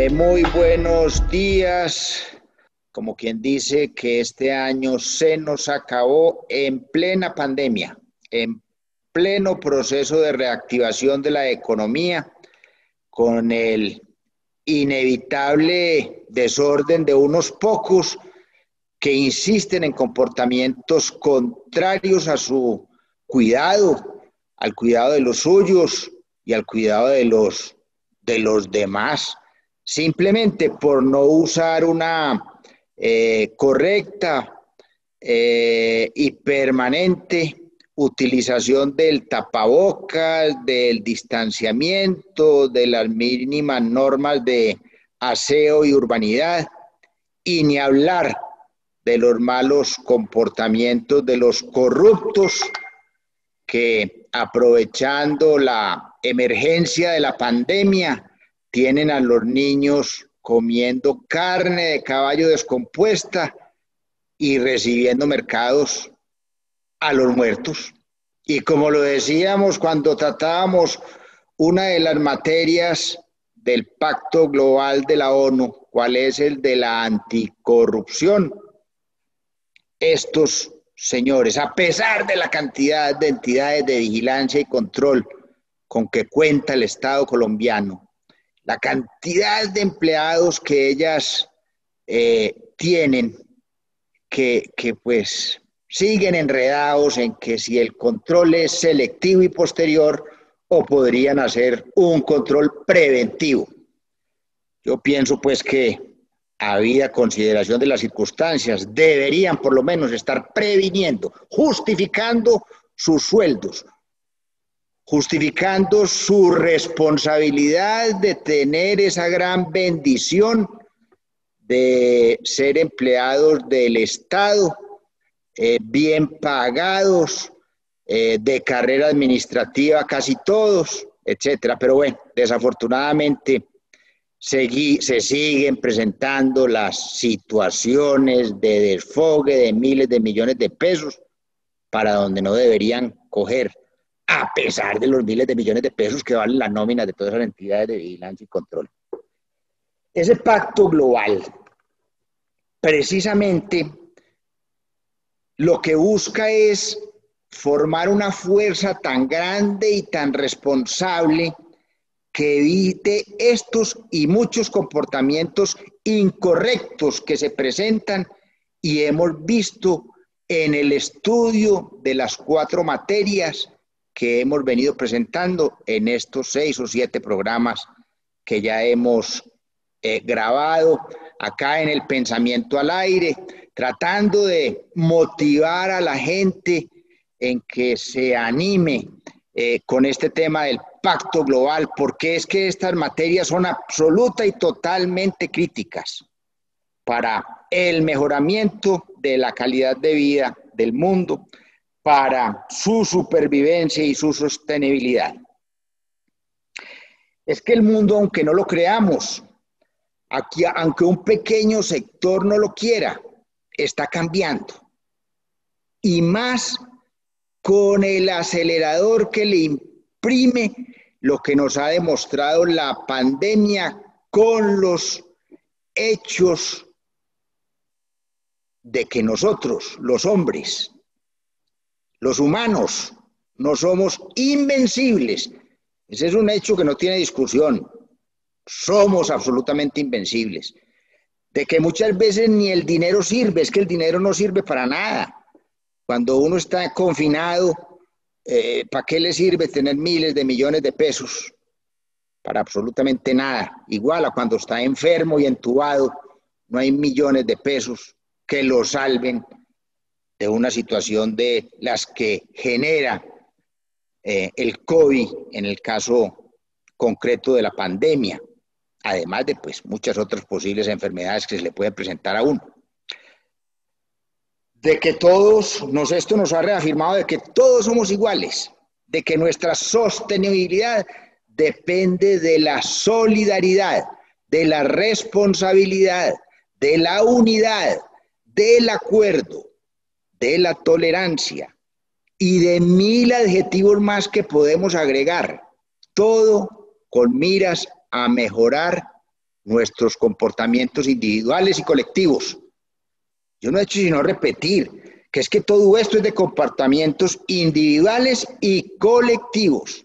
Muy buenos días. Como quien dice que este año se nos acabó en plena pandemia, en pleno proceso de reactivación de la economía, con el inevitable desorden de unos pocos que insisten en comportamientos contrarios a su cuidado, al cuidado de los suyos y al cuidado de los demás, simplemente por no usar una correcta y permanente utilización del tapabocas, del distanciamiento, de las mínimas normas de aseo y urbanidad, y ni hablar de los malos comportamientos de los corruptos que, aprovechando la emergencia de la pandemia, tienen a los niños comiendo carne de caballo descompuesta y recibiendo mercados a los muertos. Y como lo decíamos cuando tratábamos una de las materias del Pacto Global de la ONU, ¿cuál es el de la anticorrupción? Estos señores, a pesar de la cantidad de entidades de vigilancia y control con que cuenta el Estado colombiano, la cantidad de empleados que ellas tienen, que pues siguen enredados en que si el control es selectivo y posterior o podrían hacer un control preventivo. Yo pienso pues que, habida consideración de las circunstancias, deberían por lo menos estar previniendo, justificando sus sueldos, justificando su responsabilidad de tener esa gran bendición de ser empleados del Estado, bien pagados, de carrera administrativa casi todos, etcétera. Pero bueno, desafortunadamente se siguen presentando las situaciones de desfogue de miles de millones de pesos para donde no deberían coger, a pesar de los miles de millones de pesos que valen las nóminas de todas las entidades de vigilancia y control. Ese pacto global, precisamente, lo que busca es formar una fuerza tan grande y tan responsable que evite estos y muchos comportamientos incorrectos que se presentan y hemos visto en el estudio de las 4 materias que hemos venido presentando en estos 6 o 7 programas que ya hemos grabado acá en el Pensamiento al Aire, tratando de motivar a la gente en que se anime con este tema del pacto global, porque es que estas materias son absoluta y totalmente críticas para el mejoramiento de la calidad de vida del mundo, para su supervivencia y su sostenibilidad. Es que el mundo, aunque no lo creamos, aquí, aunque un pequeño sector no lo quiera, está cambiando. Y más con el acelerador que le imprime lo que nos ha demostrado la pandemia con los hechos de que nosotros, los hombres, los humanos, no somos invencibles. Ese es un hecho que no tiene discusión. Somos absolutamente invencibles. De que muchas veces ni el dinero sirve, es que el dinero no sirve para nada. Cuando uno está confinado, ¿para qué le sirve tener miles de millones de pesos? Para absolutamente nada. Igual a cuando está enfermo y entubado, no hay millones de pesos que lo salven de una situación de las que genera el COVID, en el caso concreto de la pandemia, además de pues, muchas otras posibles enfermedades que se le pueden presentar a uno. De que todos, esto nos ha reafirmado de que todos somos iguales, de que nuestra sostenibilidad depende de la solidaridad, de la responsabilidad, de la unidad, del acuerdo, de la tolerancia y de 1000 adjetivos más que podemos agregar, todo con miras a mejorar nuestros comportamientos individuales y colectivos. Yo no he hecho sino repetir que es que todo esto es de comportamientos individuales y colectivos.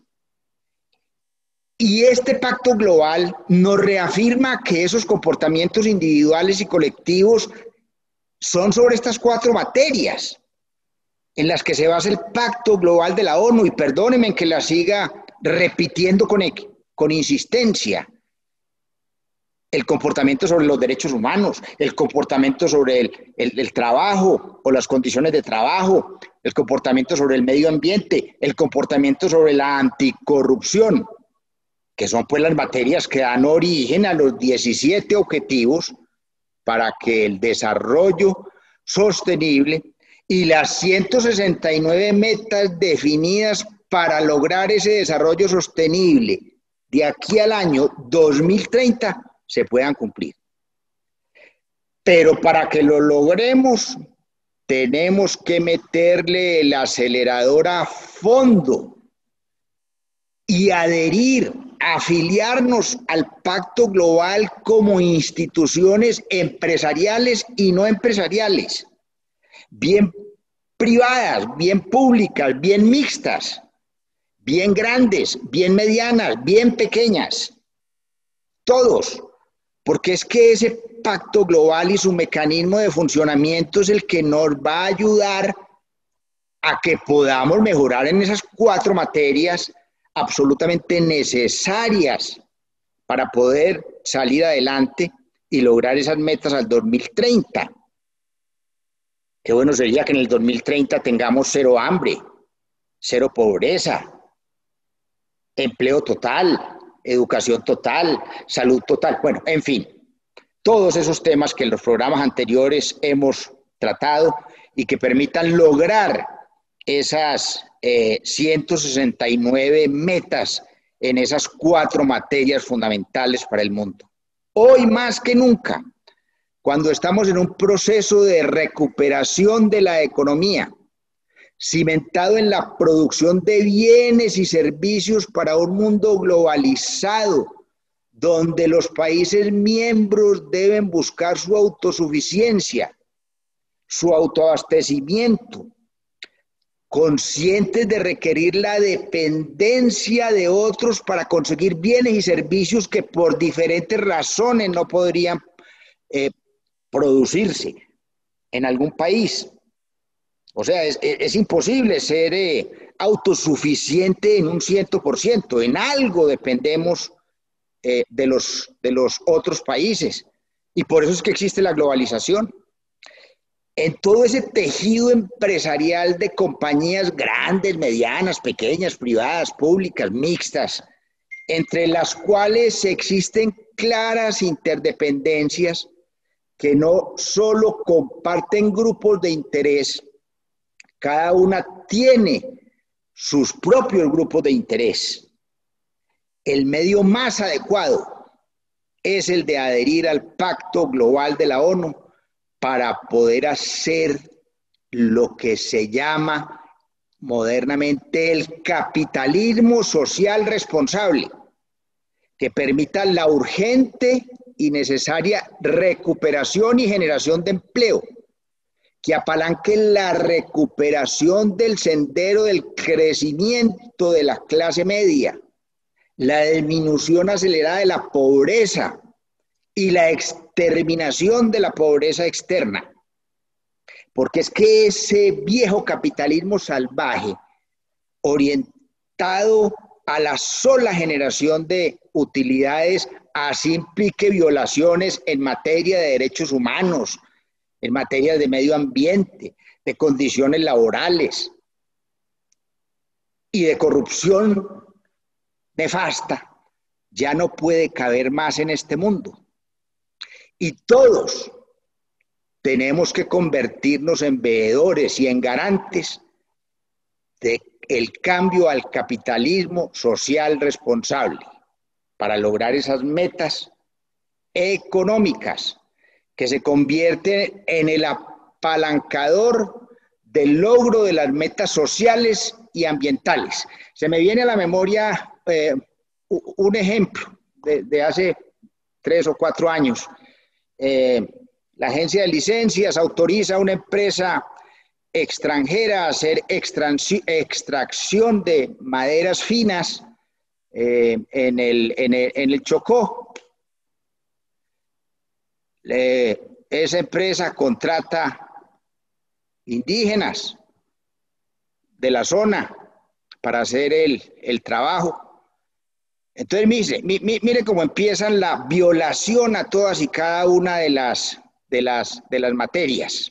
Y este pacto global nos reafirma que esos comportamientos individuales y colectivos son sobre estas 4 materias en las que se basa el pacto global de la ONU, y perdónenme que la siga repitiendo con insistencia. El comportamiento sobre los derechos humanos, el comportamiento sobre el trabajo o las condiciones de trabajo, el comportamiento sobre el medio ambiente, el comportamiento sobre la anticorrupción, que son pues las materias que dan origen a los 17 objetivos para que el desarrollo sostenible y las 169 metas definidas para lograr ese desarrollo sostenible de aquí al año 2030 se puedan cumplir. Pero para que lo logremos, tenemos que meterle el acelerador a fondo y adherir, afiliarnos al Pacto Global como instituciones empresariales y no empresariales, bien privadas, bien públicas, bien mixtas, bien grandes, bien medianas, bien pequeñas, todos. Porque es que ese pacto global y su mecanismo de funcionamiento es el que nos va a ayudar a que podamos mejorar en esas 4 materias absolutamente necesarias para poder salir adelante y lograr esas metas al 2030. Qué bueno sería que en el 2030 tengamos 0 hambre, 0 pobreza, empleo total, educación total, salud total, bueno, en fin, todos esos temas que en los programas anteriores hemos tratado y que permitan lograr esas 169 metas en esas 4 materias fundamentales para el mundo. Hoy más que nunca, cuando estamos en un proceso de recuperación de la economía, cimentado en la producción de bienes y servicios para un mundo globalizado, donde los países miembros deben buscar su autosuficiencia, su autoabastecimiento, conscientes de requerir la dependencia de otros para conseguir bienes y servicios que por diferentes razones no podrían producirse en algún país. O sea, es imposible ser autosuficiente en un 100%. En algo dependemos de los otros países. Y por eso es que existe la globalización. En todo ese tejido empresarial de compañías grandes, medianas, pequeñas, privadas, públicas, mixtas, entre las cuales existen claras interdependencias que no solo comparten grupos de interés, cada una tiene sus propios grupos de interés. El medio más adecuado es el de adherir al Pacto Global de la ONU para poder hacer lo que se llama modernamente el capitalismo social responsable, que permita la urgente y necesaria recuperación y generación de empleo, que apalanque la recuperación del sendero del crecimiento de la clase media, la disminución acelerada de la pobreza y la exterminación de la pobreza externa. Porque es que ese viejo capitalismo salvaje, orientado a la sola generación de utilidades, así implique violaciones en materia de derechos humanos, en materia de medio ambiente, de condiciones laborales y de corrupción nefasta, ya no puede caber más en este mundo. Y todos tenemos que convertirnos en veedores y en garantes del cambio al capitalismo social responsable para lograr esas metas económicas que se convierten en el apalancador del logro de las metas sociales y ambientales. Se me viene a la memoria un ejemplo de hace 3 o 4 años. La agencia de licencias autoriza a una empresa extranjera a hacer extracción de maderas finas en el Chocó. Esa empresa contrata indígenas de la zona para hacer el trabajo. Entonces, mire cómo empiezan la violación a todas y cada una de las materias.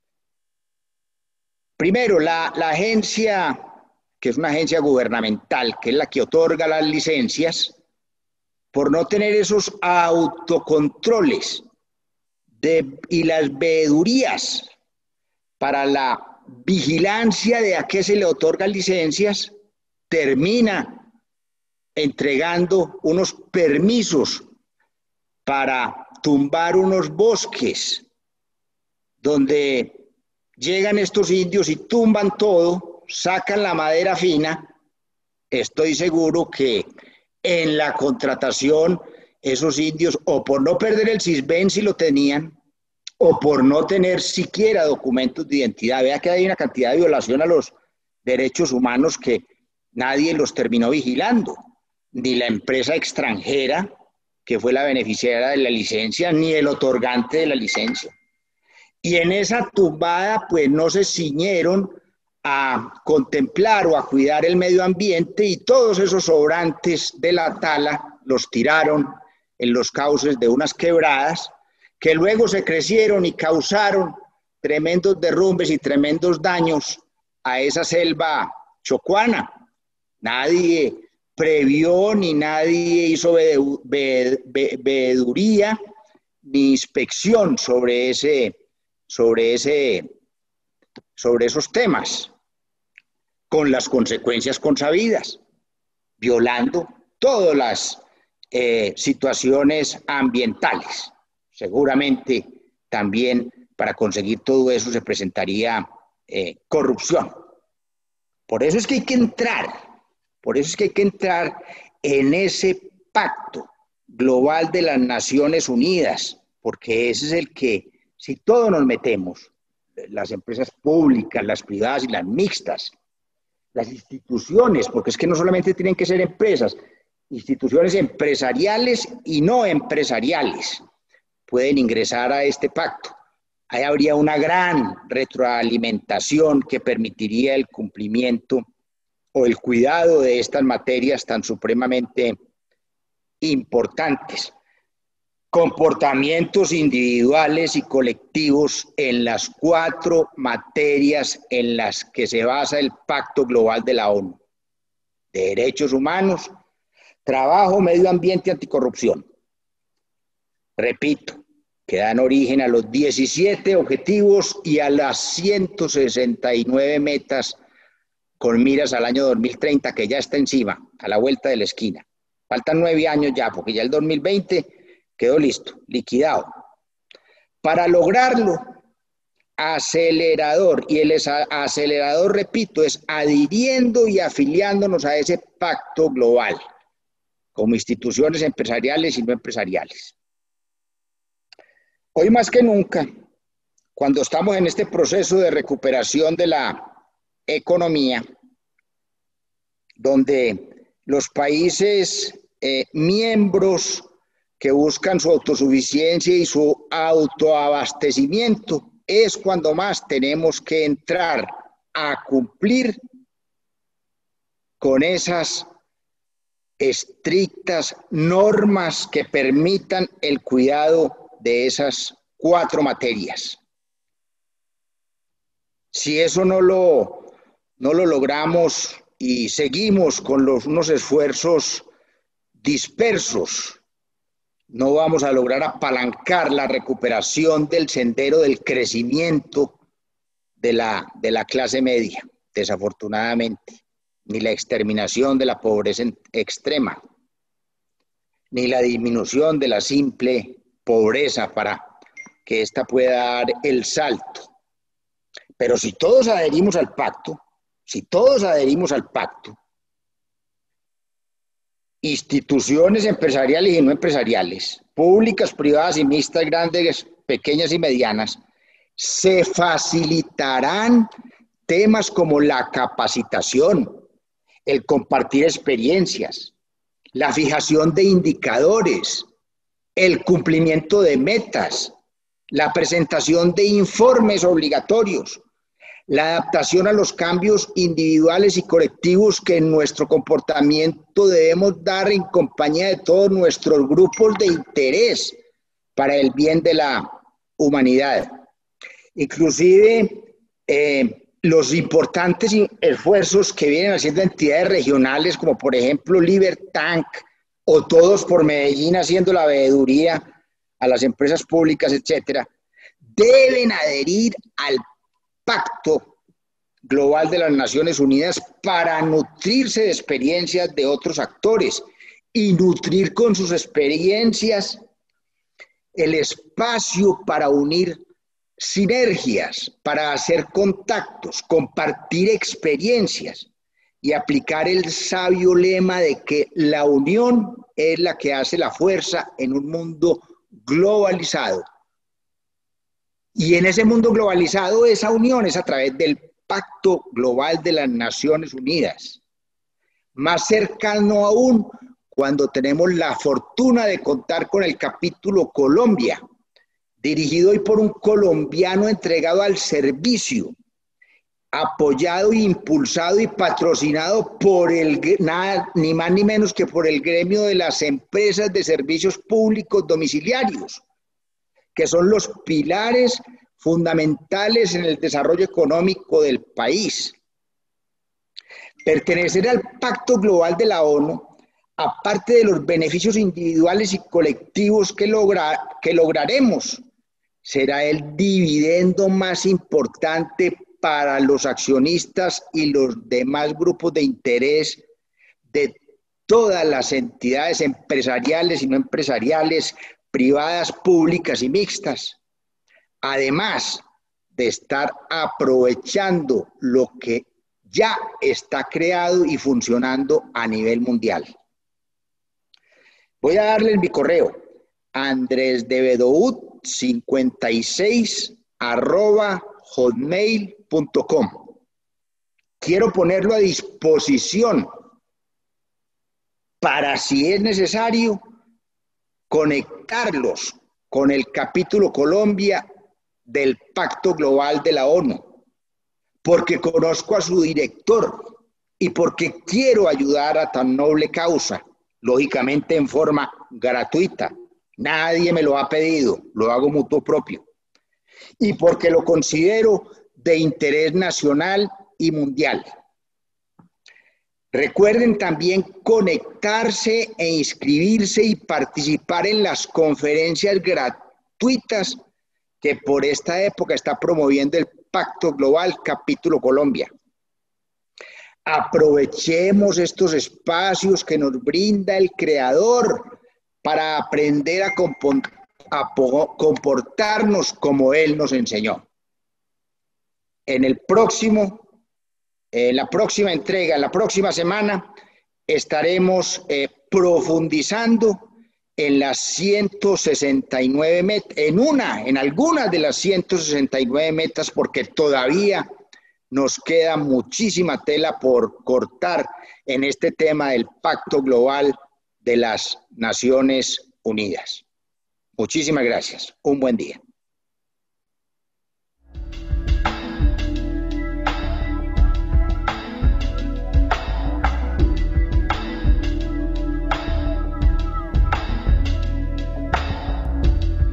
Primero, la agencia, que es una agencia gubernamental, que es la que otorga las licencias, por no tener esos autocontroles y las veedurías para la vigilancia de a qué se le otorgan licencias, termina entregando unos permisos para tumbar unos bosques donde llegan estos indios y tumban todo, sacan la madera fina. Estoy seguro que en la contratación esos indios, o por no perder el CISBEN si lo tenían, o por no tener siquiera documentos de identidad. Vea que hay una cantidad de violación a los derechos humanos que nadie los terminó vigilando, ni la empresa extranjera, que fue la beneficiaria de la licencia, ni el otorgante de la licencia. Y en esa tumbada, pues no se ciñeron a contemplar o a cuidar el medio ambiente, y todos esos sobrantes de la tala los tiraron en los cauces de unas quebradas que luego se crecieron y causaron tremendos derrumbes y tremendos daños a esa selva chocuana. Nadie previó, ni nadie hizo veeduría ni inspección sobre esos temas, con las consecuencias consabidas, violando todas las situaciones ambientales. Seguramente también para conseguir todo eso se presentaría corrupción. Por eso es que hay que entrar en ese pacto global de las Naciones Unidas, porque ese es el que, si todos nos metemos, las empresas públicas, las privadas y las mixtas, las instituciones, porque es que no solamente tienen que ser empresas, instituciones empresariales y no empresariales pueden ingresar a este pacto. Ahí habría una gran retroalimentación que permitiría el cumplimiento o el cuidado de estas materias tan supremamente importantes. Comportamientos individuales y colectivos en las 4 materias en las que se basa el Pacto Global de la ONU: derechos humanos, trabajo, medio ambiente y anticorrupción. Repito, que dan origen a los 17 objetivos y a las 169 metas con miras al año 2030, que ya está encima, a la vuelta de la esquina. Faltan 9 años ya, porque ya el 2020 quedó listo, liquidado. Para lograrlo, acelerador, y el acelerador, repito, es adhiriendo y afiliándonos a ese pacto global, como instituciones empresariales y no empresariales. Hoy más que nunca, cuando estamos en este proceso de recuperación de la economía, donde los países miembros que buscan su autosuficiencia y su autoabastecimiento, es cuando más tenemos que entrar a cumplir con esas estrictas normas que permitan el cuidado de esas 4 materias. Si eso no lo logramos y seguimos con unos esfuerzos dispersos, no vamos a lograr apalancar la recuperación del sendero del crecimiento de la clase media, desafortunadamente, ni la exterminación de la pobreza extrema, ni la disminución de la simple pobreza para que ésta pueda dar el salto. Pero si todos adherimos al pacto, instituciones empresariales y no empresariales, públicas, privadas y mixtas, grandes, pequeñas y medianas, se facilitarán temas como la capacitación, el compartir experiencias, la fijación de indicadores, el cumplimiento de metas, la presentación de informes obligatorios, la adaptación a los cambios individuales y colectivos que en nuestro comportamiento debemos dar en compañía de todos nuestros grupos de interés para el bien de la humanidad. Inclusive los importantes esfuerzos que vienen haciendo entidades regionales como por ejemplo Libertank o Todos por Medellín haciendo la veeduría a las empresas públicas, etcétera, deben adherir al Pacto Global de las Naciones Unidas para nutrirse de experiencias de otros actores y nutrir con sus experiencias el espacio para unir sinergias, para hacer contactos, compartir experiencias y aplicar el sabio lema de que la unión es la que hace la fuerza en un mundo globalizado. Y en ese mundo globalizado, esa unión es a través del Pacto Global de las Naciones Unidas. Más cercano aún, cuando tenemos la fortuna de contar con el capítulo Colombia, dirigido hoy por un colombiano entregado al servicio, apoyado, impulsado y patrocinado por ni más ni menos que por el gremio de las empresas de servicios públicos domiciliarios, que son los pilares fundamentales en el desarrollo económico del país. Pertenecer al Pacto Global de la ONU, aparte de los beneficios individuales y colectivos que lograremos, será el dividendo más importante para los accionistas y los demás grupos de interés de todas las entidades empresariales y no empresariales, privadas, públicas y mixtas. Además de estar aprovechando lo que ya está creado y funcionando a nivel mundial. Voy a darles mi correo, andresdebedout56@hotmail.com. Quiero ponerlo a disposición para, si es necesario, conectarlos con el capítulo Colombia del Pacto Global de la ONU, porque conozco a su director y porque quiero ayudar a tan noble causa, lógicamente en forma gratuita. Nadie me lo ha pedido, lo hago mutuo propio. Y porque lo considero de interés nacional y mundial. Recuerden también conectarse e inscribirse y participar en las conferencias gratuitas que por esta época está promoviendo el Pacto Global Capítulo Colombia. Aprovechemos estos espacios que nos brinda el Creador para aprender a comportarnos como Él nos enseñó. En la próxima entrega, en la próxima semana, estaremos profundizando en las 169 metas, en algunas de las 169 metas, porque todavía nos queda muchísima tela por cortar en este tema del Pacto Global de las Naciones Unidas. Muchísimas gracias. Un buen día.